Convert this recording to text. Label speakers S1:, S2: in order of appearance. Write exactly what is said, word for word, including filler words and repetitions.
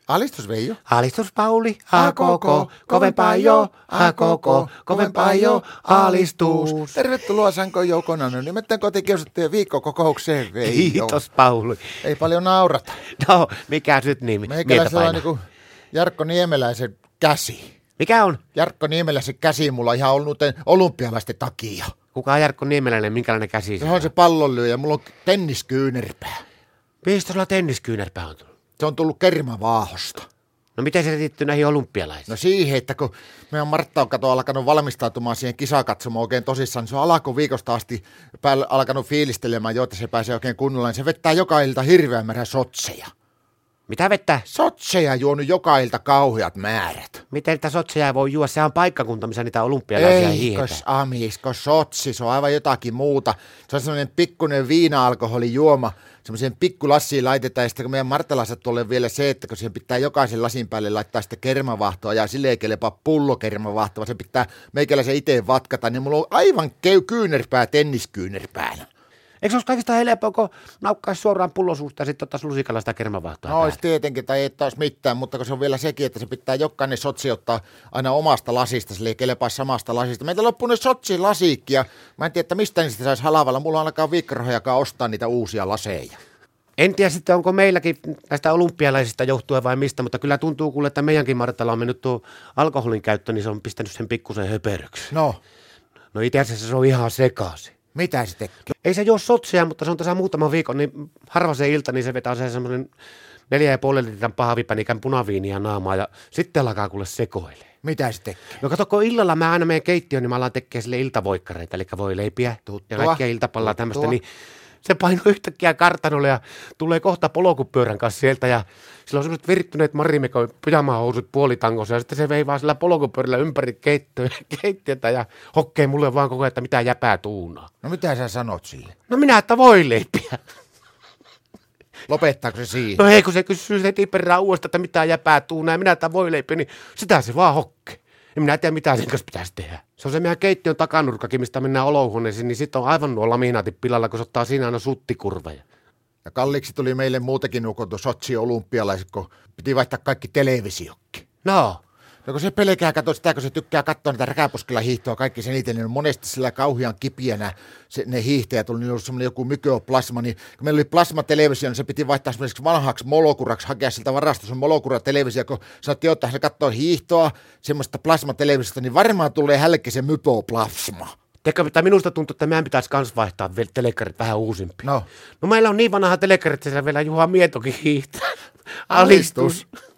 S1: Alistus Veijo.
S2: Alistus Pauli, a koko, kovempaa jo, a koko, kovempaa jo, alistus.
S1: Tervetuloa Sankoin Joukon Anonymitten kotikiusattujen viikkokokoukseen, Veijo.
S2: Kiitos Pauli.
S1: Ei paljon naurata.
S2: No, mikä nyt nimi?
S1: Meikäläisellä on niinku Jarkko Niemeläisen käsi.
S2: Mikä on?
S1: Jarkko Niemeläisen käsi mulla ihan ollut olympialaisten takia.
S2: Kuka on Jarkko Niemeläinen, minkälainen käsi
S1: se on? Se pallonlyöjä, mulla on tenniskyynärpää.
S2: Mistä sulla tenniskyynärpää on tullut?
S1: Se on tullut kermavaahosta.
S2: No miten se liittyy näihin olympialaisiin?
S1: No siihen, että kun meidän Martta on kato alkanut valmistautumaan siihen kisakatsomaan oikein tosissaan, niin se on alakoviikosta asti päällä alkanut fiilistelemään, jotta se pääsee oikein kunnolla, niin se vettää joka ilta hirveän määrän sotseja.
S2: Mitä vettää?
S1: Sotseja juonut joka ilta kauheat määrät.
S2: Miten niitä sotseja voi juoda? Se on paikkakunta, missä niitä olympialaisia hiihetään.
S1: Eikös amisko sotsi, se on aivan jotakin muuta. Se on semmoinen pikkuinen viina-alkoholijuoma. Semmoiseen pikkulassiin laitetaan, ja sitten kun meidän Martalassa tulee vielä se, että kun siihen pitää jokaisen lasin päälle laittaa sitä kermavahtoa, ja sille ei kelepaa pullokermavahtoa, vaan se pitää meikäläisen itse vatkata, niin mulla on aivan keu kyynärpää tenniskyynärpäänä.
S2: Eikö se olisi kaikista helppoa, kun naukkaisi suoraan pullosuusta ja sitten ottaisi lusikalla sitä kermavahtoa?
S1: No olisi tietenkin, tai ei taas mitään, mutta kun se on vielä sekin, että se pitää jokainen sotsi ottaa aina omasta lasista, sille ei kelepaa samasta lasista. Meitä loppuu ne sotsi lasiikki, ja mä en tiedä, että mistä niistä saisi halavalla. Mulla on alkaa viikkorahojakaan ostaa niitä uusia laseja.
S2: En tiedä sitten, onko meilläkin näistä olympialaisista johtuen vai mistä, mutta kyllä tuntuu kuule, että meidänkin Martalla on mennyt tuo alkoholin käyttö, niin se on pistänyt sen pikkusen höperöksi.
S1: No?
S2: No itse asiassa se on ihan sekaisin.
S1: Mitä se tekee?
S2: Ei se juo sotsia, mutta se on tässä muutaman viikon, niin harva se ilta, niin se vetää se semmoinen neljä ja puolen litran pahavipänikän punaviiniä naamaa ja sitten alkaa kuule sekoilee.
S1: Mitä se tekee?
S2: No kato, kun illalla mä aina menen keittiöön, niin mä alan tekee sille iltavoikkareita, eli voileipiä
S1: Tuttua.
S2: ja kaikkia iltapallaa tämmöistä, niin se painuu yhtäkkiä kartanolle ja tulee kohta polkupyörän kanssa sieltä ja sillä on semmoiset virittyneet Marimekon pyjamahousut puolitangossa ja sitten se veivaa sillä polkupyörällä ympäri keittiötä ja hokkee mulle vaan koko ajan, että mitä jäpää tuunaa.
S1: No mitä sä sanot sille?
S2: No minä, että voileipiä.
S1: Lopettaako se siihen?
S2: No hei, kun se kysyy heti perään uudestaan, että mitä jäpää tuunaa ja minä, että voileipiä, niin sitä se vaan hokkee. En minä tiedä, mitä sen kanssa pitäisi tehdä. Se on se meidän keittiön takanurkkakin, mistä mennään olohuoneeseen, niin sitten on aivan nuo laminaatit pilalla, kun se ottaa siinä aina suttikurveja.
S1: Ja kalliiksi tuli meille muutenkin nuo Sotsi olympialaiset, kun piti vaihtaa kaikki televisiokki.
S2: No.
S1: No kun se pelkää katsoa sitä, kun se tykkää katsoa niitä räkäposkella hiihtoa kaikki sen itse, niin on monesti sillä kauhean kipiänä se, ne hiihtäjät, oli, niillä oli semmoinen joku myköoplasma, niin kun meillä oli plasmatelevisio, niin se piti vaihtaa esimerkiksi vanhaksi molokuraksi, hakea siltä varastossa molokura-televisio, kun sanottiin, että se katsoo hiihtoa semmoista plasmatelevisiosta, niin varmaan tulee hälkki se mypoplasma.
S2: Tiedätkö, mitä minusta tuntuu, että meidän pitäisi kans vaihtaa telekkarit vähän uusimpia.
S1: No.
S2: No meillä on niin vanha telekkarit, että siellä vielä Juha Mietokin hiihtää.
S1: Alistus.